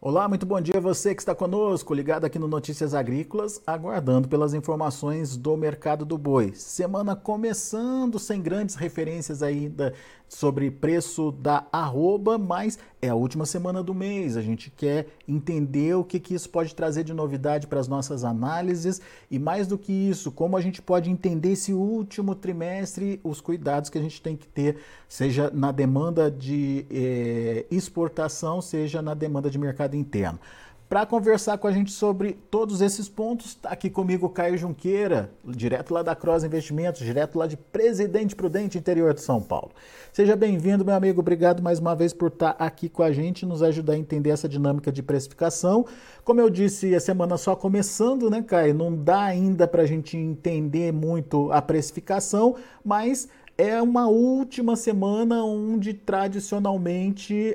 Olá, muito bom dia a você que está conosco, ligado aqui no Notícias Agrícolas, aguardando pelas informações do mercado do boi. Semana começando sem grandes referências ainda sobre preço da arroba, mas é a última semana do mês. A gente quer entender o que isso pode trazer de novidade para as nossas análises e, mais do que isso, como a gente pode entender esse último trimestre, os cuidados que a gente tem que ter, seja na demanda de exportação, seja na demanda de mercado interno. Para conversar com a gente sobre todos esses pontos, está aqui comigo o Caio Junqueira, direto lá da Cross Investimentos, direto lá de Presidente Prudente, interior de São Paulo. Seja bem-vindo, meu amigo. Obrigado mais uma vez por estar aqui com a gente e nos ajudar a entender essa dinâmica de precificação. Como eu disse, a semana só começando, né, Caio? Não dá ainda para a gente entender muito a precificação, mas é uma última semana onde tradicionalmente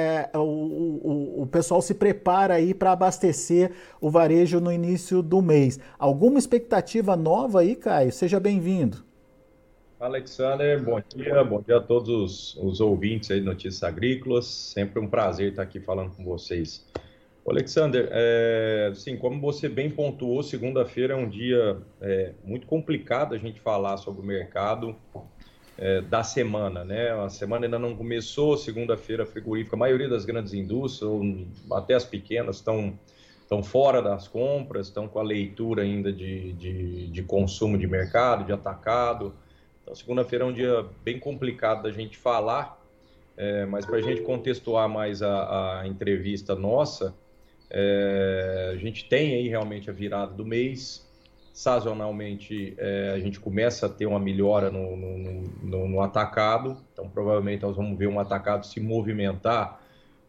o pessoal se prepara aí para abastecer o varejo no início do mês. Alguma expectativa nova aí, Caio? Seja bem-vindo. Alexander, bom dia a todos os ouvintes aí de Notícias Agrícolas, sempre um prazer estar aqui falando com vocês. Alexander, sim, como você bem pontuou, segunda-feira é um dia muito complicado a gente falar sobre o mercado da semana, né? A semana ainda não começou, segunda-feira frigorífica, a maioria das grandes indústrias, ou até as pequenas, estão fora das compras, estão com a leitura ainda de consumo de mercado, de atacado. Então, segunda-feira é um dia bem complicado da gente falar, mas para a gente contextuar mais a entrevista nossa, a gente tem aí realmente a virada do mês. Sazonalmente, a gente começa a ter uma melhora no atacado, então provavelmente nós vamos ver um atacado se movimentar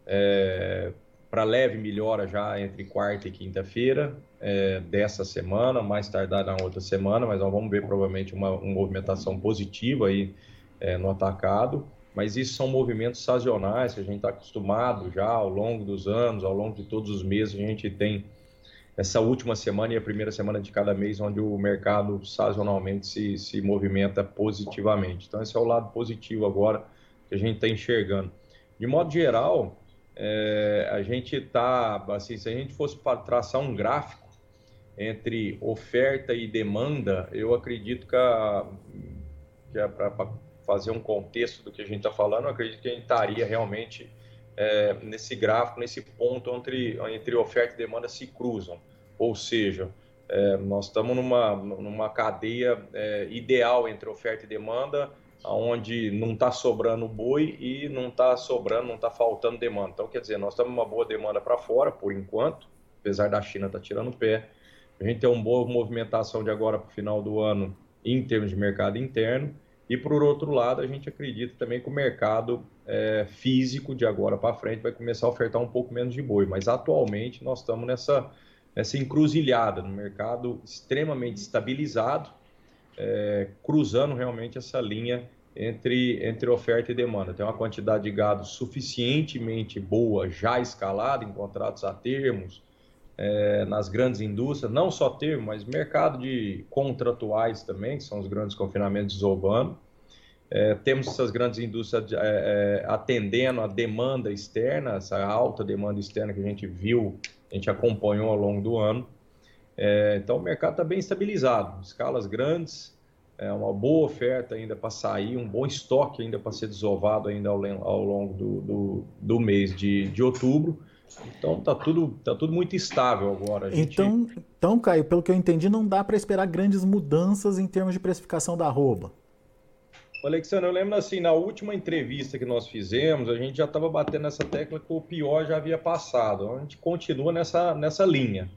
para leve melhora já entre quarta e quinta-feira dessa semana, mais tardar na outra semana, mas nós vamos ver provavelmente uma movimentação positiva aí no atacado, mas isso são movimentos sazonais que a gente está acostumado já ao longo dos anos, ao longo de todos os meses, a gente tem essa última semana e a primeira semana de cada mês, onde o mercado sazonalmente se movimenta positivamente. Então, esse é o lado positivo agora que a gente está enxergando. De modo geral, a gente está, assim, se a gente fosse para traçar um gráfico entre oferta e demanda, eu acredito que para fazer um contexto do que a gente está falando, eu acredito que a gente estaria realmente nesse gráfico, nesse ponto entre oferta e demanda se cruzam. Ou seja, nós estamos numa cadeia ideal entre oferta e demanda, onde não está sobrando boi e não está faltando demanda. Então, quer dizer, nós estamos uma boa demanda para fora, por enquanto, apesar da China estar tirando o pé. A gente tem uma boa movimentação de agora para o final do ano em termos de mercado interno. E, por outro lado, a gente acredita também que o mercado físico de agora para frente vai começar a ofertar um pouco menos de boi. Mas, atualmente, nós estamos nessa encruzilhada no mercado extremamente estabilizado, cruzando realmente essa linha entre oferta e demanda. Tem uma quantidade de gado suficientemente boa, já escalada em contratos a termos, nas grandes indústrias, não só termo, mas mercado de contratuais também, que são os grandes confinamentos desovando. Temos essas grandes indústrias atendendo a demanda externa, essa alta demanda externa que a gente viu, a gente acompanhou ao longo do ano. Então o mercado está bem estabilizado, escalas grandes, uma boa oferta ainda para sair, um bom estoque ainda para ser desovado ainda ao longo do mês de outubro. Então tá tudo muito estável agora. Então, Caio, pelo que eu entendi, não dá para esperar grandes mudanças em termos de precificação da arroba. Alexandre, eu lembro assim, na última entrevista que nós fizemos, a gente já estava batendo nessa tecla que o pior já havia passado. A gente continua nessa linha.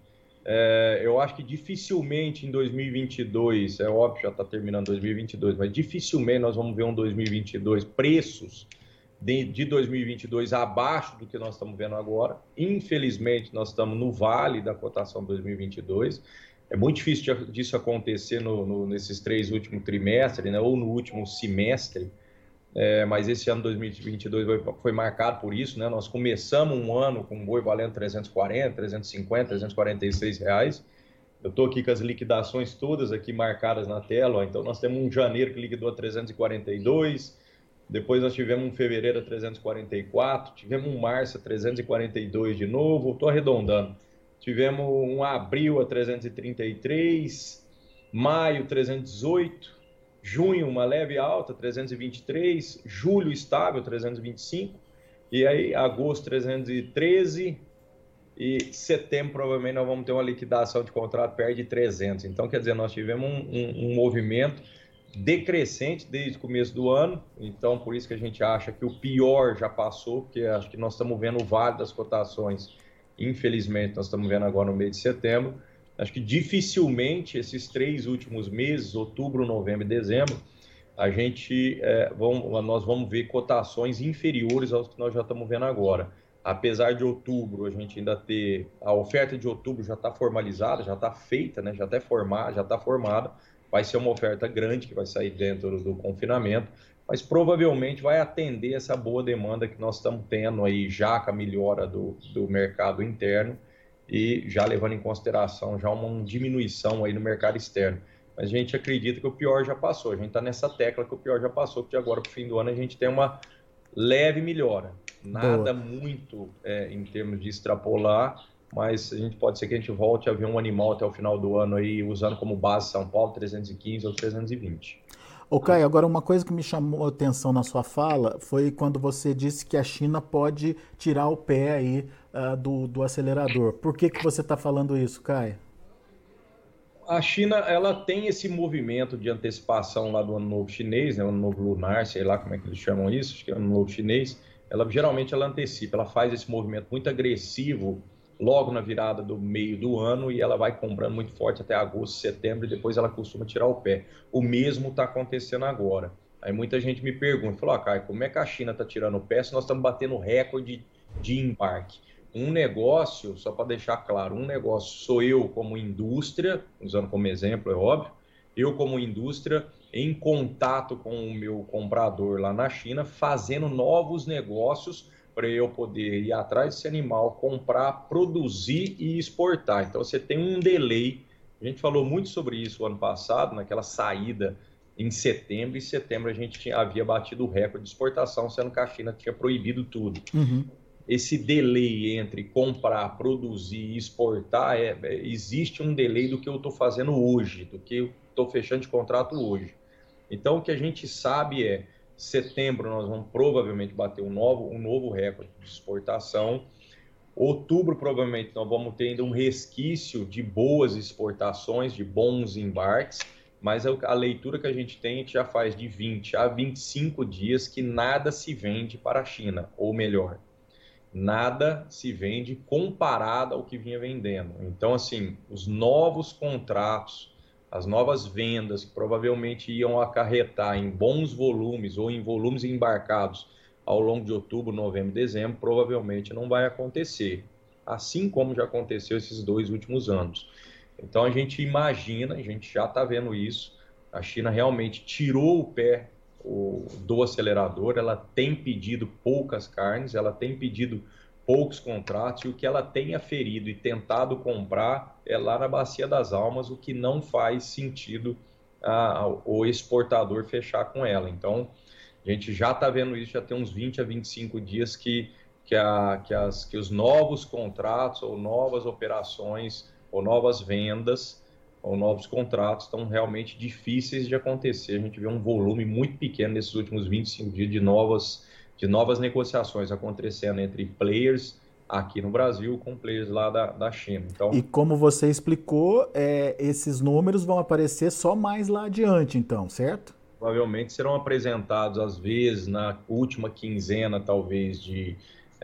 Eu acho que dificilmente em 2022, é óbvio, já está terminando 2022, mas dificilmente nós vamos ver um 2022 preços de 2022 abaixo do que nós estamos vendo agora. Infelizmente, nós estamos no vale da cotação 2022. É muito difícil disso acontecer nesses 3 últimos trimestres, né, ou no último semestre, mas esse ano 2022 foi marcado por isso, né? Nós começamos um ano com um boi valendo 340, 350, 346 reais. Eu estou aqui com as liquidações todas aqui marcadas na tela, ó. Então nós temos um janeiro que liquidou a 342, depois nós tivemos um fevereiro a 344, tivemos um março a 342 de novo, estou arredondando. Tivemos um abril a 333, maio 318, junho uma leve alta, 323, julho estável, 325, e aí agosto 313, e setembro provavelmente nós vamos ter uma liquidação de contrato perto de 300. Então, quer dizer, nós tivemos um movimento decrescente desde o começo do ano, então por isso que a gente acha que o pior já passou, porque acho que nós estamos vendo o vale das cotações, infelizmente nós estamos vendo agora no mês de setembro. Acho que dificilmente esses 3 últimos meses, outubro, novembro e dezembro, nós vamos ver cotações inferiores aos que nós já estamos vendo agora. Apesar de outubro, a gente ainda ter... A oferta de outubro já está formalizada, já está feita, né? Já está formada. Vai ser uma oferta grande que vai sair dentro do confinamento, mas provavelmente vai atender essa boa demanda que nós estamos tendo aí já com a melhora do mercado interno e já levando em consideração já uma diminuição aí no mercado externo. Mas a gente acredita que o pior já passou, a gente está nessa tecla que o pior já passou, que agora para o fim do ano a gente tem uma leve melhora. Nada muito em termos de extrapolar, mas a gente pode ser que a gente volte a ver um animal até o final do ano aí, usando como base São Paulo 315 ou 320. Ô Caio, agora uma coisa que me chamou a atenção na sua fala foi quando você disse que a China pode tirar o pé aí do acelerador. Por que você está falando isso, Caio? A China, ela tem esse movimento de antecipação lá do Ano Novo Chinês, né, o Ano Novo Lunar, sei lá como é que eles chamam isso, acho que é o Ano Novo Chinês. Geralmente ela antecipa, ela faz esse movimento muito agressivo logo na virada do meio do ano e ela vai comprando muito forte até agosto, setembro e depois ela costuma tirar o pé. O mesmo está acontecendo agora. Aí muita gente me pergunta, falou, Caio, como é que a China está tirando o pé se nós estamos batendo recorde de embarque? Um negócio, só para deixar claro, um negócio sou eu como indústria, usando como exemplo, é óbvio, eu como indústria em contato com o meu comprador lá na China, fazendo novos negócios para eu poder ir atrás desse animal, comprar, produzir e exportar. Então você tem um delay, a gente falou muito sobre isso o ano passado, naquela saída em setembro, e em setembro a gente havia batido o recorde de exportação, sendo que a China tinha proibido tudo. Uhum. Esse delay entre comprar, produzir e exportar, existe um delay do que eu estou fazendo hoje, do que eu estou fechando de contrato hoje. Então, o que a gente sabe é, setembro nós vamos provavelmente bater um novo recorde de exportação. Outubro, provavelmente, nós vamos ter ainda um resquício de boas exportações, de bons embarques, mas a leitura que a gente já faz de 20 a 25 dias que nada se vende para a China, ou melhor, nada se vende comparado ao que vinha vendendo. Então, assim, os novos contratos, as novas vendas que provavelmente iam acarretar em bons volumes ou em volumes embarcados ao longo de outubro, novembro e dezembro, provavelmente não vai acontecer, assim como já aconteceu esses 2 últimos anos. Então a gente imagina, a gente já está vendo isso, a China realmente tirou o pé do acelerador, ela tem pedido poucas carnes, ela tem pedido poucos contratos, e o que ela tem aferido e tentado comprar é lá na Bacia das Almas, o que não faz sentido o exportador fechar com ela. Então, a gente já está vendo isso, já tem uns 20 a 25 dias que os novos contratos ou novas operações ou novas vendas ou novos contratos estão realmente difíceis de acontecer. A gente vê um volume muito pequeno nesses últimos 25 dias de novas negociações acontecendo entre players aqui no Brasil com players lá da China. Então, e como você explicou, esses números vão aparecer só mais lá adiante, então, certo? Provavelmente serão apresentados, às vezes, na última quinzena, talvez, de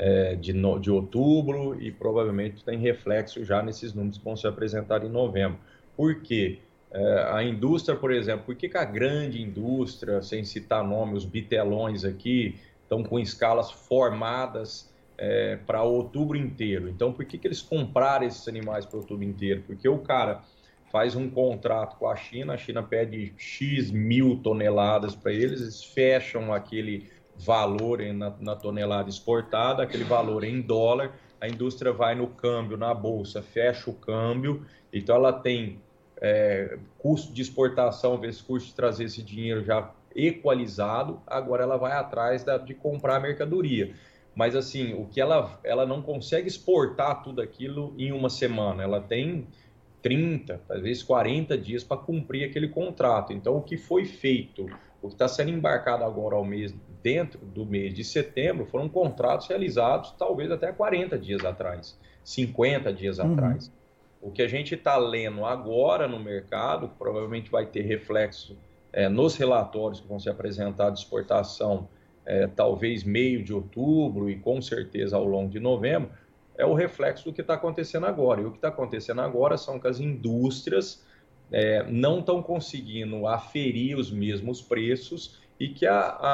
outubro, e provavelmente tem reflexo já nesses números que vão ser apresentados em novembro. Por quê? A indústria, por exemplo, por que a grande indústria, sem citar nome, os bitelões aqui, estão com escalas formadas para outubro inteiro? Então, por que eles compraram esses animais para outubro inteiro? Porque o cara faz um contrato com a China pede X mil toneladas para eles fecham aquele valor na tonelada exportada, aquele valor em dólar, a indústria vai no câmbio, na bolsa, fecha o câmbio, então ela tem custo de exportação vezes custo de trazer esse dinheiro já equalizado, agora ela vai atrás de comprar a mercadoria. Mas assim, o que ela não consegue exportar tudo aquilo em uma semana, ela tem 30, às vezes 40 dias para cumprir aquele contrato. Então, o que foi feito, o que está sendo embarcado agora dentro do mês de setembro, foram contratos realizados talvez até 40 dias atrás, 50 dias atrás. O que a gente está lendo agora no mercado, provavelmente vai ter reflexo nos relatórios que vão ser apresentados de exportação, talvez meio de outubro e com certeza ao longo de novembro, é o reflexo do que está acontecendo agora. E o que está acontecendo agora são que as indústrias não estão conseguindo aferir os mesmos preços e que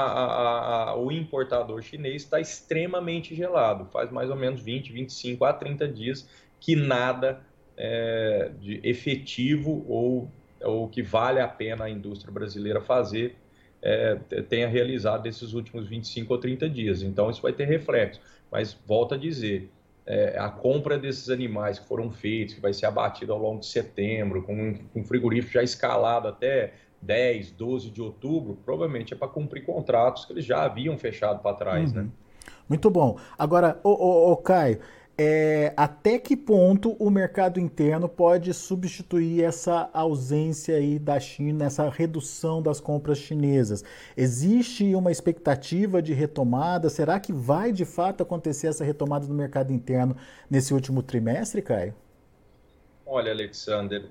o importador chinês está extremamente gelado. Faz mais ou menos 20, 25 a 30 dias que nada de efetivo ou que vale a pena a indústria brasileira fazer tenha realizado esses últimos 25 ou 30 dias. Então, isso vai ter reflexo. Mas, volto a dizer, a compra desses animais que foram feitos, que vai ser abatido ao longo de setembro, com um frigorífico já escalado até 10, 12 de outubro, provavelmente é para cumprir contratos que eles já haviam fechado para trás, né? Muito bom. Agora, Caio, até que ponto o mercado interno pode substituir essa ausência aí da China, essa redução das compras chinesas? Existe uma expectativa de retomada? Será que vai de fato acontecer essa retomada no mercado interno nesse último trimestre, Caio? Olha, Alexander,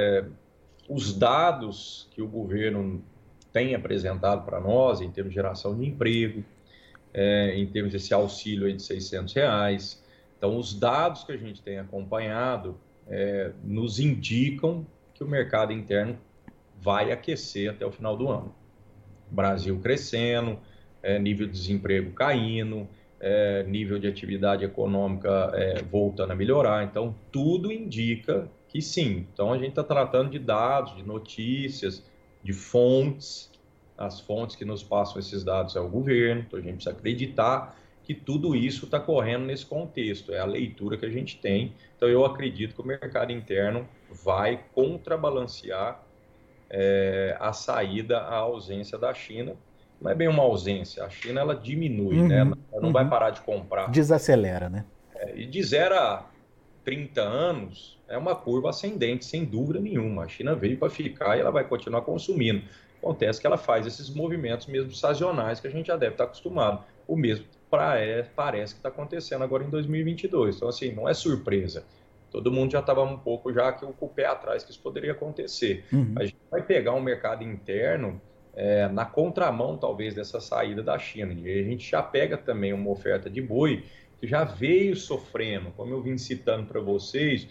os dados que o governo tem apresentado para nós em termos de geração de emprego, em termos desse auxílio aí de R$ 600, então, os dados que a gente tem acompanhado nos indicam que o mercado interno vai aquecer até o final do ano. Brasil crescendo, nível de desemprego caindo, nível de atividade econômica voltando a melhorar. Então, tudo indica que sim. Então, a gente está tratando de dados, de notícias, de fontes. As fontes que nos passam esses dados é o governo, então a gente precisa acreditar que tudo isso está correndo nesse contexto, é a leitura que a gente tem. Então, eu acredito que o mercado interno vai contrabalancear a saída, a ausência da China. Não é bem uma ausência, a China ela diminui, né? Ela não vai parar de comprar. Desacelera, né? E de 0 a 30 anos é uma curva ascendente, sem dúvida nenhuma. A China veio para ficar e ela vai continuar consumindo. Acontece que ela faz esses movimentos mesmo sazonais que a gente já deve estar acostumado. O mesmo parece que está acontecendo agora em 2022. Então, assim, não é surpresa. Todo mundo já estava um pouco já com o pé atrás que isso poderia acontecer. A gente vai pegar um mercado interno na contramão, talvez, dessa saída da China. E a gente já pega também uma oferta de boi que já veio sofrendo, como eu vim citando para vocês,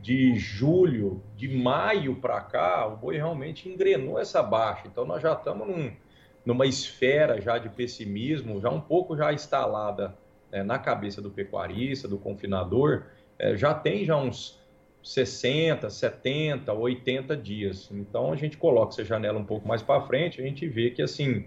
de maio para cá, o boi realmente engrenou essa baixa. Então, nós já estamos numa esfera já de pessimismo, já um pouco já instalada na cabeça do pecuarista, do confinador, já tem já uns 60, 70, 80 dias. Então, a gente coloca essa janela um pouco mais para frente, a gente vê que, assim,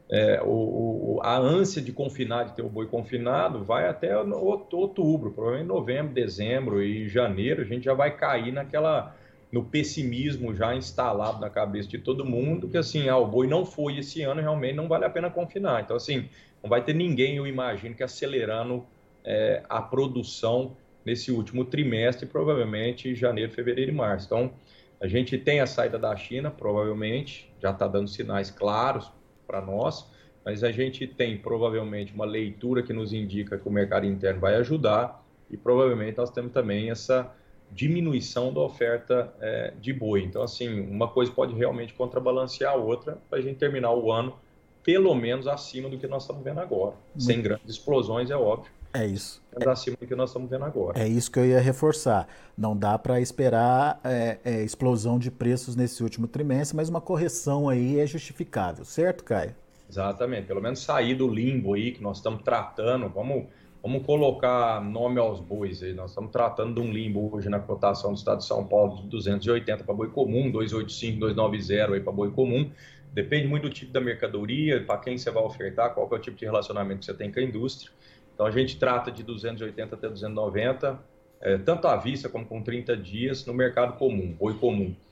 a ânsia de confinar, de ter o boi confinado, vai até outubro, provavelmente novembro, dezembro e janeiro, a gente já vai cair no pessimismo já instalado na cabeça de todo mundo, que assim, o boi não foi esse ano, realmente não vale a pena confinar. Então, assim, não vai ter ninguém, eu imagino, que acelerando a produção nesse último trimestre, provavelmente janeiro, fevereiro e março. Então, a gente tem a saída da China, provavelmente, já está dando sinais claros para nós, mas a gente tem provavelmente uma leitura que nos indica que o mercado interno vai ajudar e provavelmente nós temos também essa diminuição da oferta de boi. Então, assim, uma coisa pode realmente contrabalancear a outra para a gente terminar o ano pelo menos acima do que nós estamos vendo agora. Sem grandes explosões, é óbvio. É isso. Acima do que nós estamos vendo agora. É isso que eu ia reforçar. Não dá para esperar explosão de preços nesse último trimestre, mas uma correção aí é justificável, certo, Caio? Exatamente. Pelo menos sair do limbo aí que nós estamos tratando. Vamos colocar nome aos bois aí. Nós estamos tratando de um limbo hoje na cotação do estado de São Paulo de 280 para boi comum, 285, 290 aí para boi comum. Depende muito do tipo da mercadoria, para quem você vai ofertar, qual que é o tipo de relacionamento que você tem com a indústria. Então, a gente trata de 280 até 290, tanto à vista como com 30 dias no mercado comum, boi comum.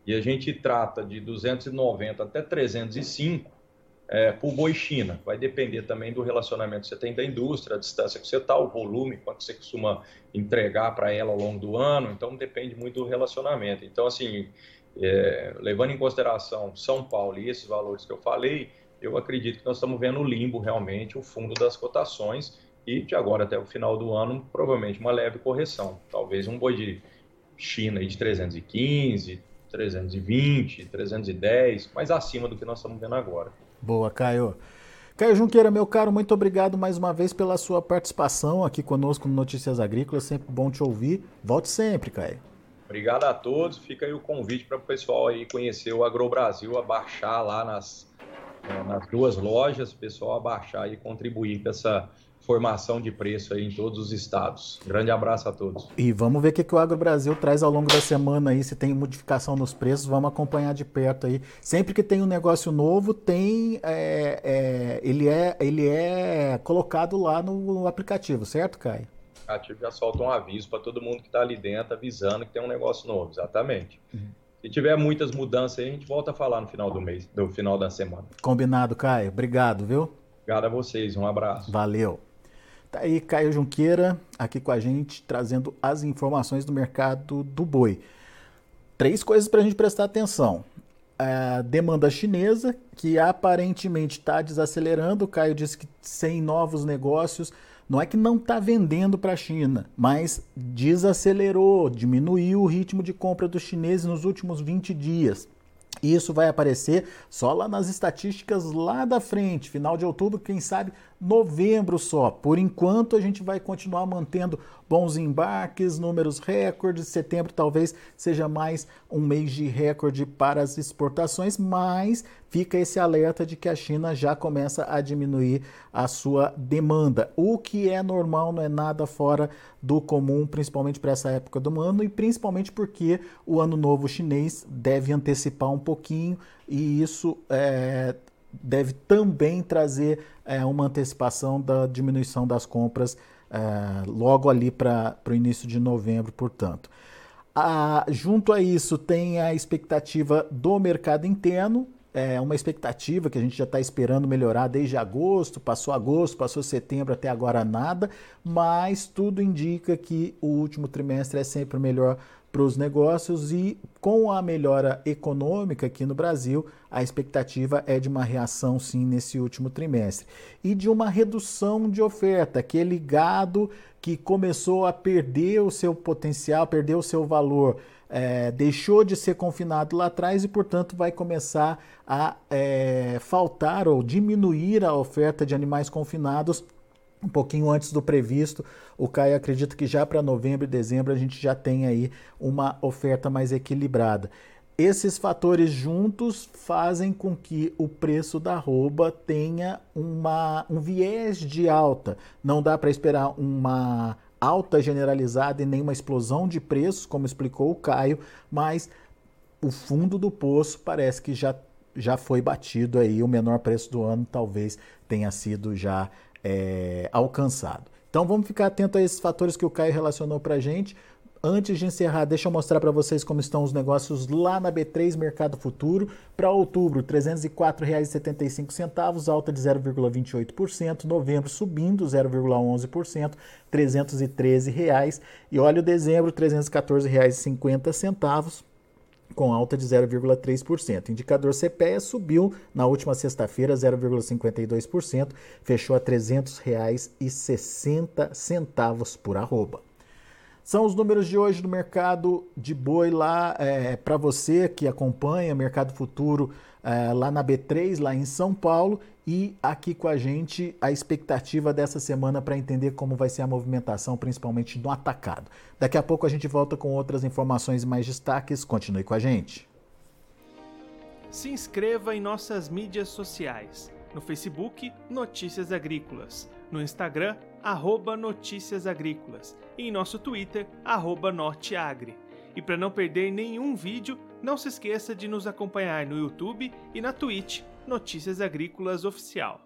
e a gente trata de 290 até 305 por boi China. Vai depender também do relacionamento que você tem da indústria, a distância que você está, o volume, quanto você costuma entregar para ela ao longo do ano, então depende muito do relacionamento. Então, assim, levando em consideração São Paulo e esses valores que eu falei, eu acredito que nós estamos vendo o limbo realmente, o fundo das cotações, e de agora até o final do ano, provavelmente uma leve correção. Talvez um boi de China aí de 315, 320, 310, mais acima do que nós estamos vendo agora. Boa, Caio. Caio Junqueira, meu caro, muito obrigado mais uma vez pela sua participação aqui conosco no Notícias Agrícolas. Sempre bom te ouvir. Volte sempre, Caio. Obrigado a todos. Fica aí o convite para o pessoal aí conhecer o AgroBrasil, abaixar lá nas duas lojas, o pessoal abaixar e contribuir com essa formação de preço aí em todos os estados. Grande abraço a todos. E vamos ver o que o AgroBrasil traz ao longo da semana aí, se tem modificação nos preços, vamos acompanhar de perto aí. Sempre que tem um negócio novo, ele é colocado lá no aplicativo, certo, Caio? O aplicativo já solta um aviso para todo mundo que está ali dentro, avisando que tem um negócio novo, exatamente. Se tiver muitas mudanças aí, a gente volta a falar no final do mês, no final da semana. Combinado, Caio. Obrigado, viu? Obrigado a vocês, um abraço. Valeu. Tá aí Caio Junqueira aqui com a gente, trazendo as informações do mercado do boi. 3 coisas para a gente prestar atenção. A demanda chinesa, que aparentemente está desacelerando. O Caio disse que sem novos negócios, não é que não está vendendo para a China, mas desacelerou, diminuiu o ritmo de compra dos chineses nos últimos 20 dias. Isso vai aparecer só lá nas estatísticas lá da frente, final de outubro, quem sabe novembro só. Por enquanto a gente vai continuar mantendo bons embarques, números recordes. Setembro talvez seja mais um mês de recorde para as exportações, mas fica esse alerta de que a China já começa a diminuir a sua demanda. O que é normal, não é nada fora do comum, principalmente para essa época do ano e principalmente porque o Ano Novo Chinês deve antecipar um pouquinho e isso deve também trazer uma antecipação da diminuição das compras logo ali para o início de novembro, portanto. Junto a isso tem a expectativa do mercado interno, uma expectativa que a gente já está esperando melhorar desde agosto, passou setembro, até agora nada, mas tudo indica que o último trimestre é sempre melhor para os negócios e com a melhora econômica aqui no Brasil, a expectativa é de uma reação sim nesse último trimestre e de uma redução de oferta, aquele gado que começou a perder o seu potencial, perder o seu valor, deixou de ser confinado lá atrás e, portanto, vai começar a faltar ou diminuir a oferta de animais confinados um pouquinho antes do previsto. O Caio acredita que já para novembro e dezembro a gente já tem aí uma oferta mais equilibrada. Esses fatores juntos fazem com que o preço da arroba tenha um viés de alta. Não dá para esperar uma alta generalizada e nem uma explosão de preços, como explicou o Caio, mas o fundo do poço parece que já foi batido aí, o menor preço do ano talvez tenha sido já alcançado. Então vamos ficar atento a esses fatores que o Caio relacionou para a gente. Antes de encerrar, deixa eu mostrar para vocês como estão os negócios lá na B3 Mercado Futuro. Para outubro, R$ 304,75, alta de 0,28%. Novembro subindo 0,11%, R$ 313,00. E olha o dezembro, R$ 314,50, com alta de 0,3%. Indicador CPEA subiu na última sexta-feira 0,52%, fechou a R$ 300,60 por arroba. São os números de hoje do mercado de boi lá para você que acompanha o Mercado Futuro lá na B3, lá em São Paulo, e aqui com a gente a expectativa dessa semana para entender como vai ser a movimentação, principalmente no atacado. Daqui a pouco a gente volta com outras informações e mais destaques. Continue com a gente. Se inscreva em nossas mídias sociais. No Facebook, Notícias Agrícolas. No Instagram, @Notícias Agrícolas. E em nosso Twitter, @Norteagri. E para não perder nenhum vídeo, não se esqueça de nos acompanhar no YouTube e na Twitch, Notícias Agrícolas Oficial.